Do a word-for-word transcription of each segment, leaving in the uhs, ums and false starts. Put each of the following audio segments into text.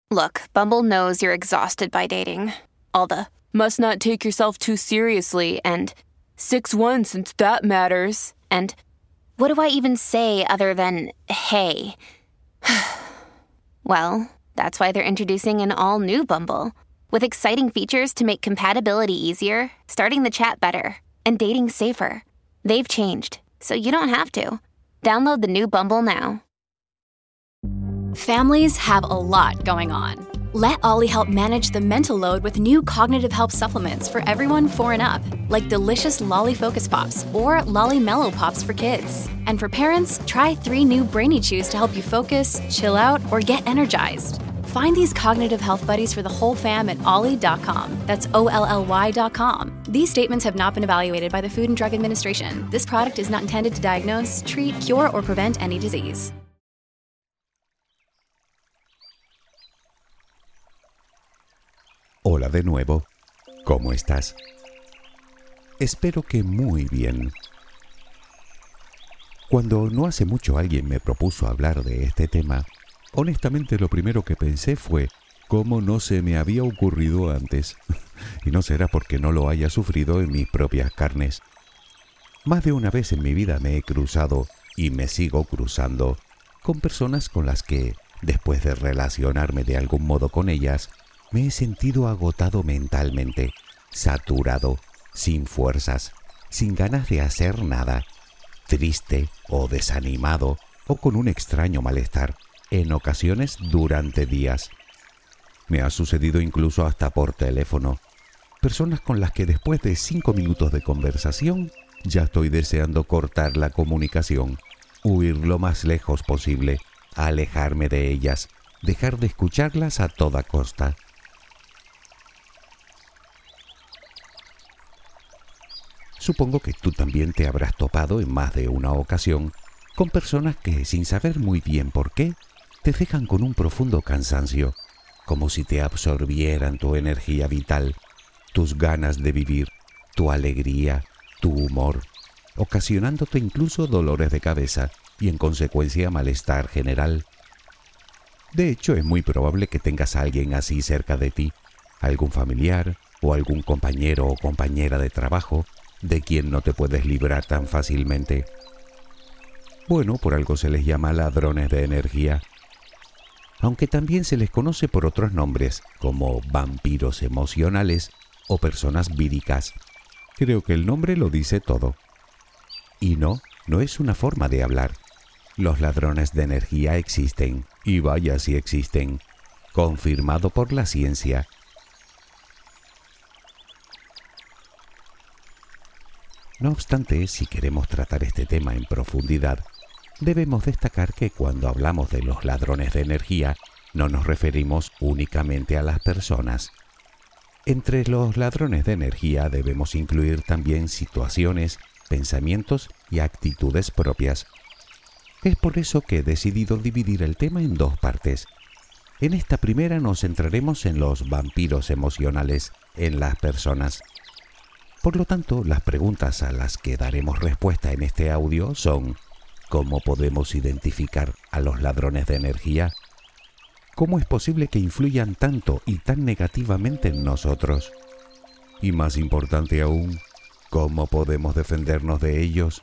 Look, Bumble knows you're exhausted by dating. All the, must not take yourself too seriously, and six one since that matters, and what do I even say other than, hey? Well, that's why they're introducing an all-new Bumble, with exciting features to make compatibility easier, starting the chat better, and dating safer. They've changed, so you don't have to. Download the new Bumble now. Families have a lot going on. Let Ollie help manage the mental load with new cognitive help supplements for everyone four and up, like delicious Lolly Focus Pops or Lolly Mellow Pops for kids. And for parents, try three new Brainy Chews to help you focus, chill out, or get energized. Find these cognitive health buddies for the whole fam at ollie dot com. That's O L L Y dot com. These statements have not been evaluated by the Food and Drug Administration. This product is not intended to diagnose, treat, cure, or prevent any disease. Hola de nuevo, ¿cómo estás? Espero que muy bien. Cuando no hace mucho alguien me propuso hablar de este tema, honestamente lo primero que pensé fue cómo no se me había ocurrido antes. Y no será porque no lo haya sufrido en mis propias carnes. Más de una vez en mi vida me he cruzado, y me sigo cruzando, con personas con las que, después de relacionarme de algún modo con ellas, me he sentido agotado mentalmente, saturado, sin fuerzas, sin ganas de hacer nada, triste o desanimado o con un extraño malestar, en ocasiones durante días. Me ha sucedido incluso hasta por teléfono. Personas con las que después de cinco minutos de conversación ya estoy deseando cortar la comunicación, huir lo más lejos posible, alejarme de ellas, dejar de escucharlas a toda costa. Supongo que tú también te habrás topado en más de una ocasión con personas que, sin saber muy bien por qué, te dejan con un profundo cansancio, como si te absorbieran tu energía vital, tus ganas de vivir, tu alegría, tu humor, ocasionándote incluso dolores de cabeza y en consecuencia malestar general. De hecho, es muy probable que tengas a alguien así cerca de ti, algún familiar o algún compañero o compañera de trabajo, de quien no te puedes librar tan fácilmente. Bueno, por algo se les llama ladrones de energía, aunque también se les conoce por otros nombres, como vampiros emocionales o personas víricas. Creo que el nombre lo dice todo. Y no, no es una forma de hablar. Los ladrones de energía existen, y vaya si existen, confirmado por la ciencia. No obstante, si queremos tratar este tema en profundidad, debemos destacar que cuando hablamos de los ladrones de energía, no nos referimos únicamente a las personas. Entre los ladrones de energía debemos incluir también situaciones, pensamientos y actitudes propias. Es por eso que he decidido dividir el tema en dos partes. En esta primera nos centraremos en los vampiros emocionales en las personas. Por lo tanto, las preguntas a las que daremos respuesta en este audio son: ¿cómo podemos identificar a los ladrones de energía? ¿Cómo es posible que influyan tanto y tan negativamente en nosotros? Y más importante aún, ¿cómo podemos defendernos de ellos?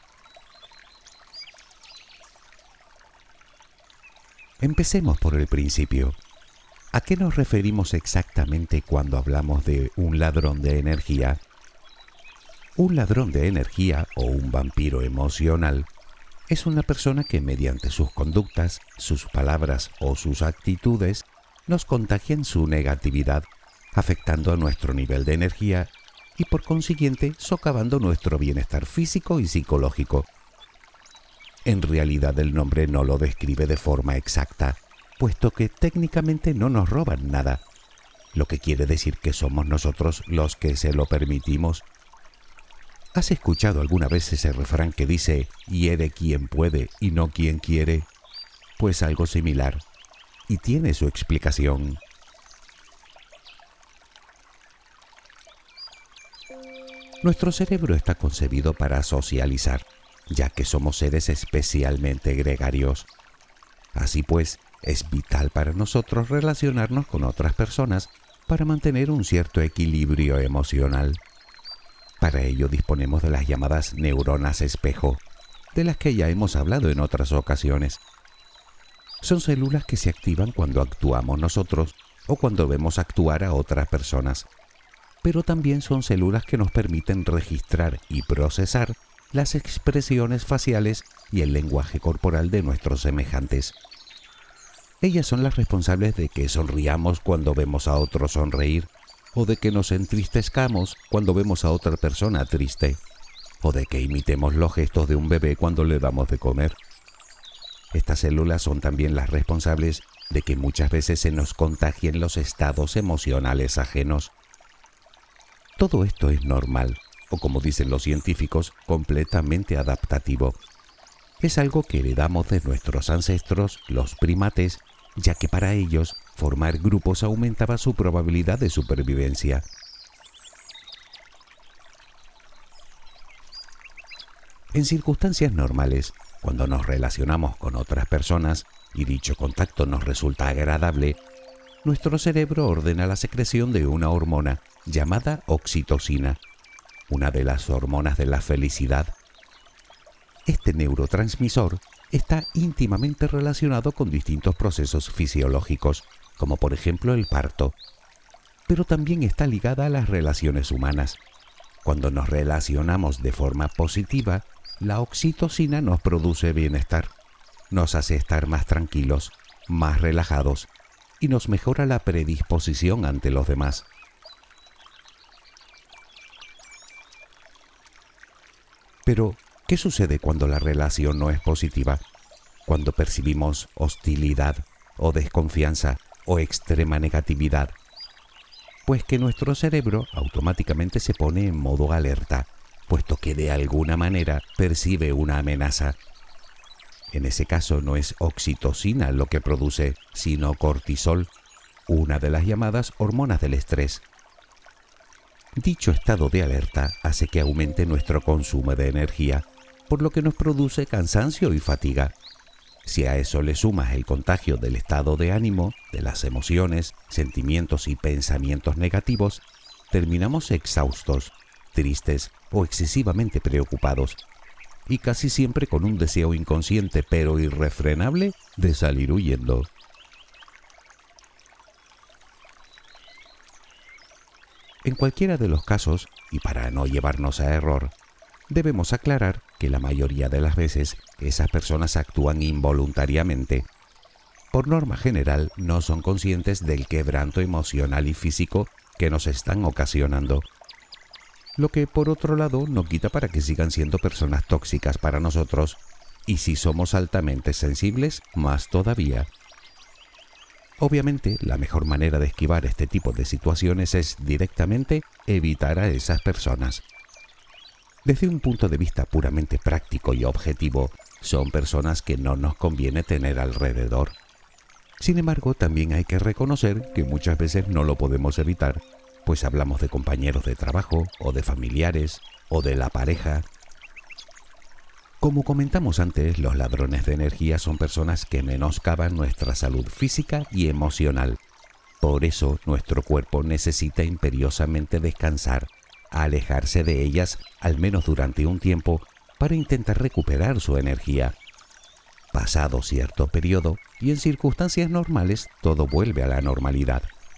Empecemos por el principio. ¿A qué nos referimos exactamente cuando hablamos de un ladrón de energía? Un ladrón de energía o un vampiro emocional es una persona que mediante sus conductas, sus palabras o sus actitudes nos contagian su negatividad, afectando a nuestro nivel de energía y por consiguiente socavando nuestro bienestar físico y psicológico. En realidad el nombre no lo describe de forma exacta, puesto que técnicamente no nos roban nada, lo que quiere decir que somos nosotros los que se lo permitimos. ¿Has escuchado alguna vez ese refrán que dice «hiere quien puede y no quien quiere»? Pues algo similar, y tiene su explicación. Nuestro cerebro está concebido para socializar, ya que somos seres especialmente gregarios. Así pues, es vital para nosotros relacionarnos con otras personas para mantener un cierto equilibrio emocional. Para ello disponemos de las llamadas neuronas espejo, de las que ya hemos hablado en otras ocasiones. Son células que se activan cuando actuamos nosotros o cuando vemos actuar a otras personas, pero también son células que nos permiten registrar y procesar las expresiones faciales y el lenguaje corporal de nuestros semejantes. Ellas son las responsables de que sonriamos cuando vemos a otro sonreír, o de que nos entristezcamos cuando vemos a otra persona triste, o de que imitemos los gestos de un bebé cuando le damos de comer. Estas células son también las responsables de que muchas veces se nos contagien los estados emocionales ajenos. Todo esto es normal, o como dicen los científicos, completamente adaptativo. Es algo que heredamos de nuestros ancestros, los primates, ya que para ellos formar grupos aumentaba su probabilidad de supervivencia. En circunstancias normales, cuando nos relacionamos con otras personas y dicho contacto nos resulta agradable, nuestro cerebro ordena la secreción de una hormona llamada oxitocina, una de las hormonas de la felicidad. Este neurotransmisor está íntimamente relacionado con distintos procesos fisiológicos, como por ejemplo el parto, pero también está ligada a las relaciones humanas. Cuando nos relacionamos de forma positiva, la oxitocina nos produce bienestar, nos hace estar más tranquilos, más relajados y nos mejora la predisposición ante los demás. Pero, ¿qué sucede cuando la relación no es positiva? Cuando percibimos hostilidad o desconfianza o extrema negatividad. Pues que nuestro cerebro automáticamente se pone en modo alerta, puesto que de alguna manera percibe una amenaza. En ese caso no es oxitocina lo que produce, sino cortisol, una de las llamadas hormonas del estrés. Dicho estado de alerta hace que aumente nuestro consumo de energía, por lo que nos produce cansancio y fatiga. Si a eso le sumas el contagio del estado de ánimo, de las emociones, sentimientos y pensamientos negativos, terminamos exhaustos, tristes o excesivamente preocupados, y casi siempre con un deseo inconsciente pero irrefrenable de salir huyendo. En cualquiera de los casos, y para no llevarnos a error, debemos aclarar que la mayoría de las veces esas personas actúan involuntariamente. Por norma general, no son conscientes del quebranto emocional y físico que nos están ocasionando. Lo que, por otro lado, no quita para que sigan siendo personas tóxicas para nosotros, y si somos altamente sensibles, más todavía. Obviamente, la mejor manera de esquivar este tipo de situaciones es directamente evitar a esas personas. Desde un punto de vista puramente práctico y objetivo, son personas que no nos conviene tener alrededor. Sin embargo, también hay que reconocer que muchas veces no lo podemos evitar, pues hablamos de compañeros de trabajo, o de familiares, o de la pareja. Como comentamos antes, los ladrones de energía son personas que menoscaban nuestra salud física y emocional. Por eso, nuestro cuerpo necesita imperiosamente descansar, alejarse de ellas al menos durante un tiempo para intentar recuperar su energía. Pasado cierto periodo y en circunstancias normales, todo vuelve a la normalidad.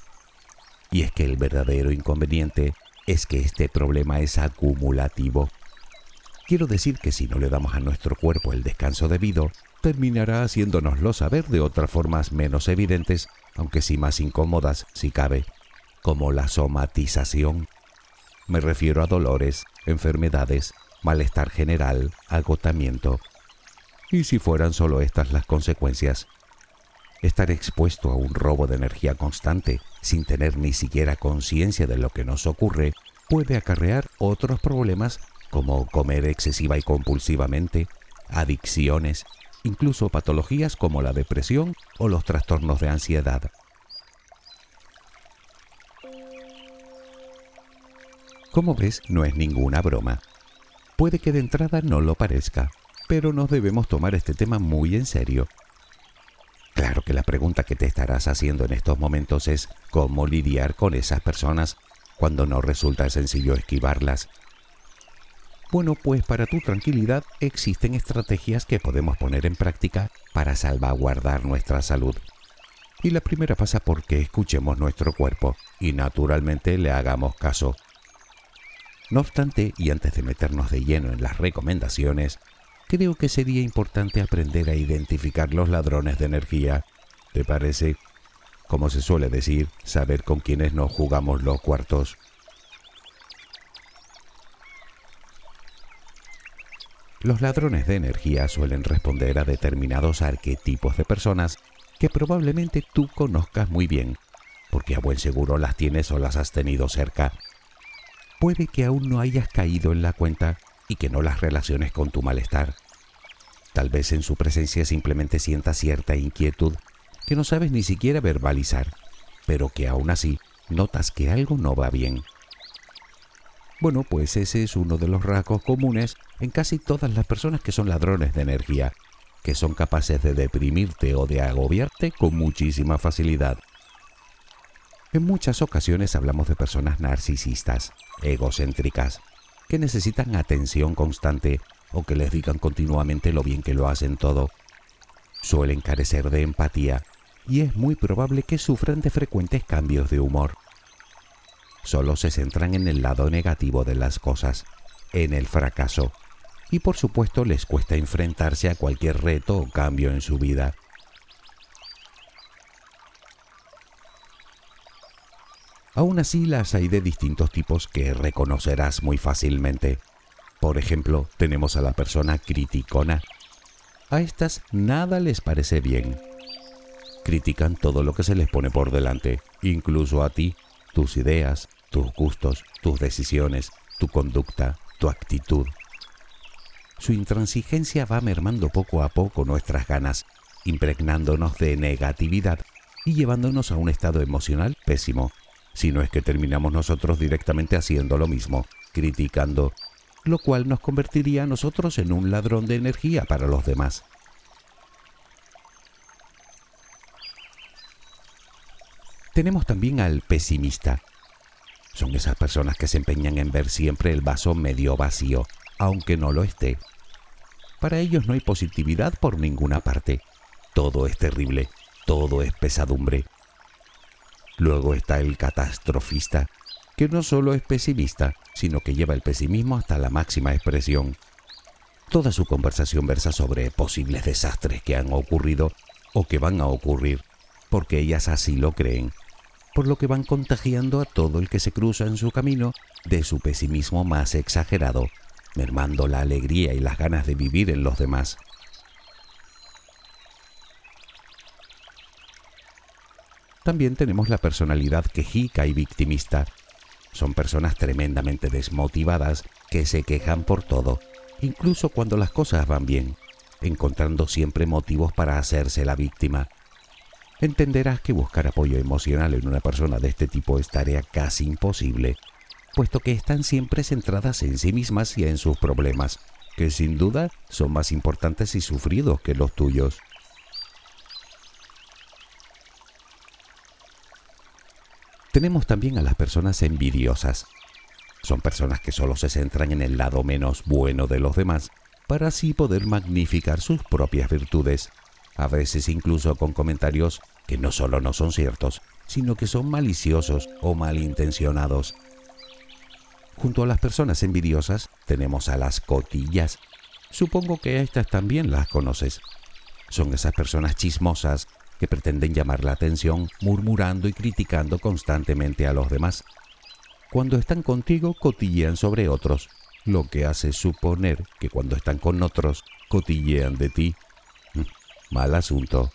Y es que el verdadero inconveniente es que este problema es acumulativo. Quiero decir que si no le damos a nuestro cuerpo el descanso debido, terminará haciéndonoslo saber de otras formas menos evidentes, aunque sí más incómodas si cabe, como la somatización. Me refiero a dolores, enfermedades, malestar general, agotamiento. ¿Y si fueran solo estas las consecuencias? Estar expuesto a un robo de energía constante, sin tener ni siquiera conciencia de lo que nos ocurre, puede acarrear otros problemas como comer excesiva y compulsivamente, adicciones, incluso patologías como la depresión o los trastornos de ansiedad. Como ves, no es ninguna broma. Puede que de entrada no lo parezca, pero nos debemos tomar este tema muy en serio. Claro que la pregunta que te estarás haciendo en estos momentos es cómo lidiar con esas personas cuando no resulta sencillo esquivarlas. Bueno, pues para tu tranquilidad existen estrategias que podemos poner en práctica para salvaguardar nuestra salud. Y la primera pasa por que escuchemos nuestro cuerpo y naturalmente le hagamos caso. No obstante, y antes de meternos de lleno en las recomendaciones, creo que sería importante aprender a identificar los ladrones de energía. ¿Te parece? Como se suele decir, saber con quiénes nos jugamos los cuartos. Los ladrones de energía suelen responder a determinados arquetipos de personas que probablemente tú conozcas muy bien, porque a buen seguro las tienes o las has tenido cerca. Puede que aún no hayas caído en la cuenta y que no las relaciones con tu malestar. Tal vez en su presencia simplemente sientas cierta inquietud que no sabes ni siquiera verbalizar, pero que aún así notas que algo no va bien. Bueno, pues ese es uno de los rasgos comunes en casi todas las personas que son ladrones de energía, que son capaces de deprimirte o de agobiarte con muchísima facilidad. En muchas ocasiones hablamos de personas narcisistas, egocéntricas, que necesitan atención constante o que les digan continuamente lo bien que lo hacen todo. Suelen carecer de empatía y es muy probable que sufran de frecuentes cambios de humor. Solo se centran en el lado negativo de las cosas, en el fracaso, y por supuesto les cuesta enfrentarse a cualquier reto o cambio en su vida. Aún así, las hay de distintos tipos que reconocerás muy fácilmente. Por ejemplo, tenemos a la persona criticona. A estas nada les parece bien. Critican todo lo que se les pone por delante, incluso a ti, tus ideas, tus gustos, tus decisiones, tu conducta, tu actitud. Su intransigencia va mermando poco a poco nuestras ganas, impregnándonos de negatividad y llevándonos a un estado emocional pésimo, si no es que terminamos nosotros directamente haciendo lo mismo, criticando, lo cual nos convertiría a nosotros en un ladrón de energía para los demás. Tenemos también al pesimista. Son esas personas que se empeñan en ver siempre el vaso medio vacío, aunque no lo esté. Para ellos no hay positividad por ninguna parte. Todo es terrible, todo es pesadumbre. Luego está el catastrofista, que no solo es pesimista, sino que lleva el pesimismo hasta la máxima expresión. Toda su conversación versa sobre posibles desastres que han ocurrido o que van a ocurrir, porque ellas así lo creen, por lo que van contagiando a todo el que se cruza en su camino de su pesimismo más exagerado, mermando la alegría y las ganas de vivir en los demás. También tenemos la personalidad quejica y victimista. Son personas tremendamente desmotivadas que se quejan por todo, incluso cuando las cosas van bien, encontrando siempre motivos para hacerse la víctima. Entenderás que buscar apoyo emocional en una persona de este tipo es tarea casi imposible, puesto que están siempre centradas en sí mismas y en sus problemas, que sin duda son más importantes y sufridos que los tuyos. Tenemos también a las personas envidiosas. Son personas que solo se centran en el lado menos bueno de los demás para así poder magnificar sus propias virtudes, a veces incluso con comentarios que no solo no son ciertos, sino que son maliciosos o malintencionados. Junto a las personas envidiosas tenemos a las cotillas. Supongo que a estas también las conoces. Son esas personas chismosas que pretenden llamar la atención murmurando y criticando constantemente a los demás. Cuando están contigo, cotillean sobre otros, lo que hace suponer que cuando están con otros, cotillean de ti. Mal asunto.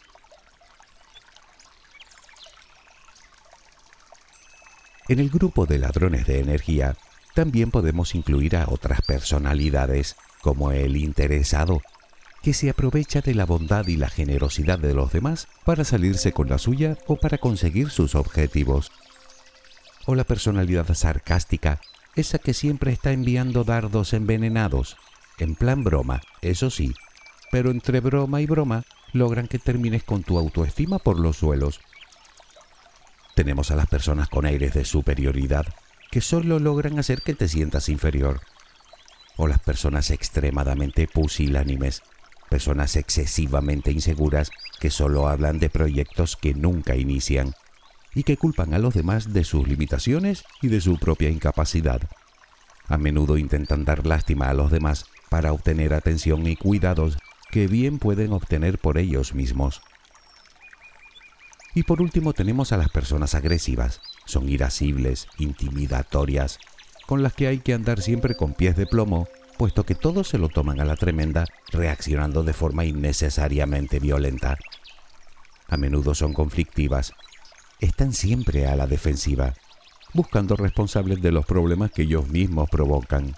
En el grupo de ladrones de energía, también podemos incluir a otras personalidades, como el interesado, que se aprovecha de la bondad y la generosidad de los demás para salirse con la suya o para conseguir sus objetivos. O la personalidad sarcástica, esa que siempre está enviando dardos envenenados, en plan broma, eso sí, pero entre broma y broma logran que termines con tu autoestima por los suelos. Tenemos a las personas con aires de superioridad que solo logran hacer que te sientas inferior. O las personas extremadamente pusilánimes, personas excesivamente inseguras que solo hablan de proyectos que nunca inician y que culpan a los demás de sus limitaciones y de su propia incapacidad. A menudo intentan dar lástima a los demás para obtener atención y cuidados que bien pueden obtener por ellos mismos. Y por último tenemos a las personas agresivas. Son irascibles, intimidatorias, con las que hay que andar siempre con pies de plomo, puesto que todos se lo toman a la tremenda, reaccionando de forma innecesariamente violenta. A menudo son conflictivas. Están siempre a la defensiva, buscando responsables de los problemas que ellos mismos provocan.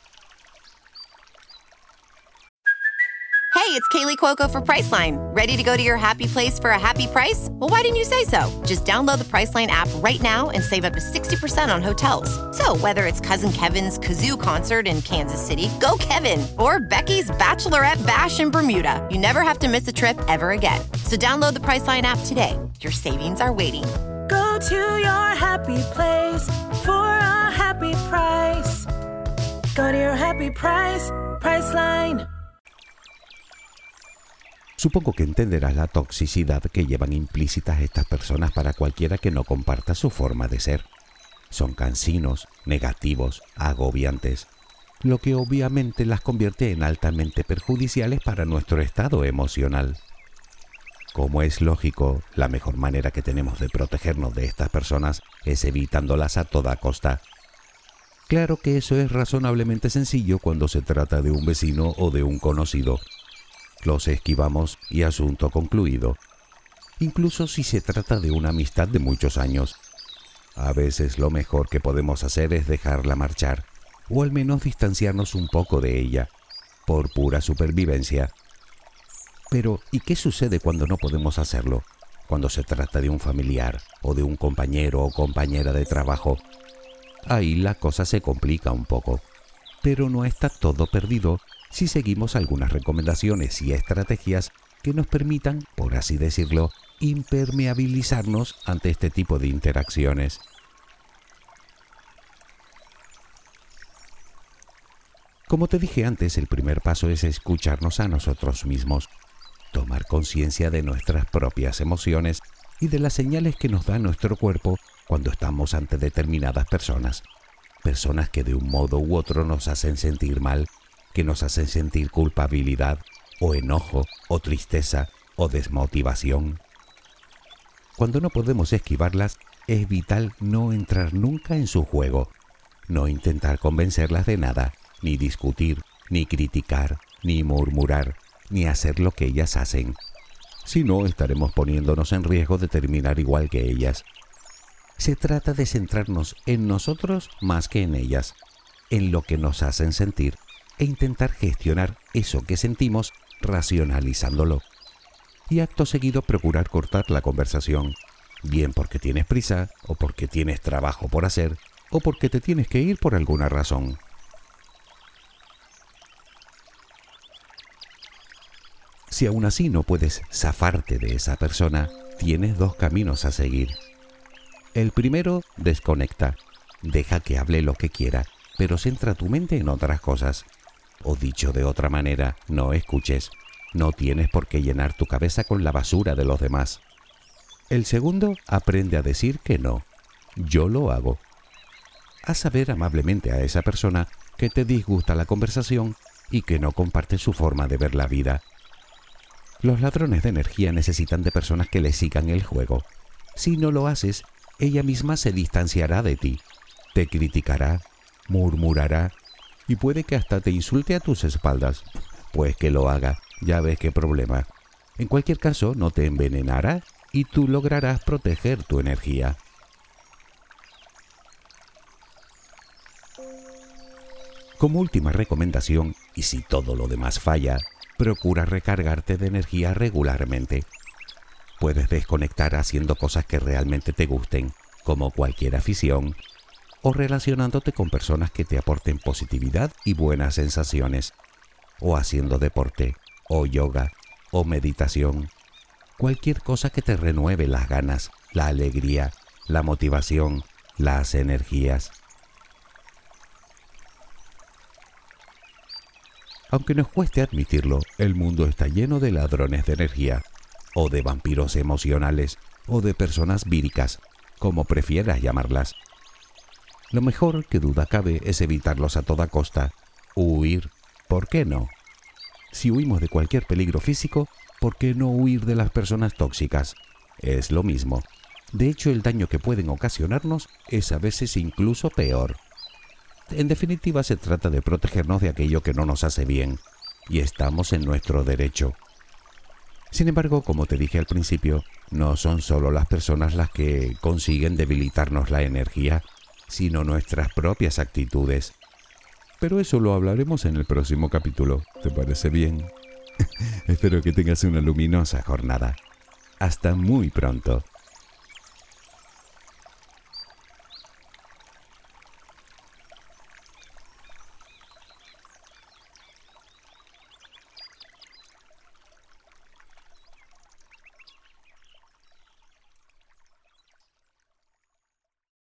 Hey, it's Kaylee Cuoco for Priceline. Ready to go to your happy place for a happy price? Well, why didn't you say so? Just download the Priceline app right now and save up to sixty percent on hotels. So whether it's Cousin Kevin's Kazoo Concert in Kansas City, go Kevin, or Becky's Bachelorette Bash in Bermuda, you never have to miss a trip ever again. So download the Priceline app today. Your savings are waiting. Go to your happy place for a happy price. Go to your happy price, Priceline. Supongo que entenderás la toxicidad que llevan implícitas estas personas para cualquiera que no comparta su forma de ser. Son cansinos, negativos, agobiantes, lo que obviamente las convierte en altamente perjudiciales para nuestro estado emocional. Como es lógico, la mejor manera que tenemos de protegernos de estas personas es evitándolas a toda costa. Claro que eso es razonablemente sencillo cuando se trata de un vecino o de un conocido. Los esquivamos y asunto concluido. Incluso si se trata de una amistad de muchos años. A veces lo mejor que podemos hacer es dejarla marchar, o al menos distanciarnos un poco de ella, por pura supervivencia. Pero, ¿y qué sucede cuando no podemos hacerlo? Cuando se trata de un familiar, o de un compañero o compañera de trabajo. Ahí la cosa se complica un poco. Pero no está todo perdido si seguimos algunas recomendaciones y estrategias que nos permitan, por así decirlo, impermeabilizarnos ante este tipo de interacciones. Como te dije antes, el primer paso es escucharnos a nosotros mismos, tomar conciencia de nuestras propias emociones y de las señales que nos da nuestro cuerpo cuando estamos ante determinadas personas. Personas que de un modo u otro nos hacen sentir mal, que nos hacen sentir culpabilidad, o enojo, o tristeza, o desmotivación. Cuando no podemos esquivarlas, es vital no entrar nunca en su juego, no intentar convencerlas de nada, ni discutir, ni criticar, ni murmurar, ni hacer lo que ellas hacen. Si no, estaremos poniéndonos en riesgo de terminar igual que ellas. Se trata de centrarnos en nosotros más que en ellas, en lo que nos hacen sentir, e intentar gestionar eso que sentimos racionalizándolo. Y acto seguido procurar cortar la conversación, bien porque tienes prisa, o porque tienes trabajo por hacer, o porque te tienes que ir por alguna razón. Si aún así no puedes zafarte de esa persona, tienes dos caminos a seguir. El primero, desconecta. Deja que hable lo que quiera, pero centra tu mente en otras cosas. O dicho de otra manera, no escuches. No tienes por qué llenar tu cabeza con la basura de los demás. El segundo, aprende a decir que no. Yo lo hago. Haz saber amablemente a esa persona que te disgusta la conversación y que no comparte su forma de ver la vida. Los ladrones de energía necesitan de personas que les sigan el juego. Si no lo haces, ella misma se distanciará de ti, te criticará, murmurará y puede que hasta te insulte a tus espaldas. Pues que lo haga, ya ves qué problema. En cualquier caso, no te envenenará y tú lograrás proteger tu energía. Como última recomendación, y si todo lo demás falla, procura recargarte de energía regularmente. Puedes desconectar haciendo cosas que realmente te gusten, como cualquier afición, o relacionándote con personas que te aporten positividad y buenas sensaciones, o haciendo deporte, o yoga, o meditación. Cualquier cosa que te renueve las ganas, la alegría, la motivación, las energías. Aunque nos cueste admitirlo, el mundo está lleno de ladrones de energía, o de vampiros emocionales, o de personas víricas, como prefieras llamarlas. Lo mejor, que duda cabe, es evitarlos a toda costa. Huir, ¿por qué no? Si huimos de cualquier peligro físico, ¿por qué no huir de las personas tóxicas? Es lo mismo. De hecho, el daño que pueden ocasionarnos es a veces incluso peor. En definitiva, se trata de protegernos de aquello que no nos hace bien, y estamos en nuestro derecho. Sin embargo, como te dije al principio, no son solo las personas las que consiguen debilitarnos la energía, sino nuestras propias actitudes. Pero eso lo hablaremos en el próximo capítulo. ¿Te parece bien? Espero que tengas una luminosa jornada. Hasta muy pronto.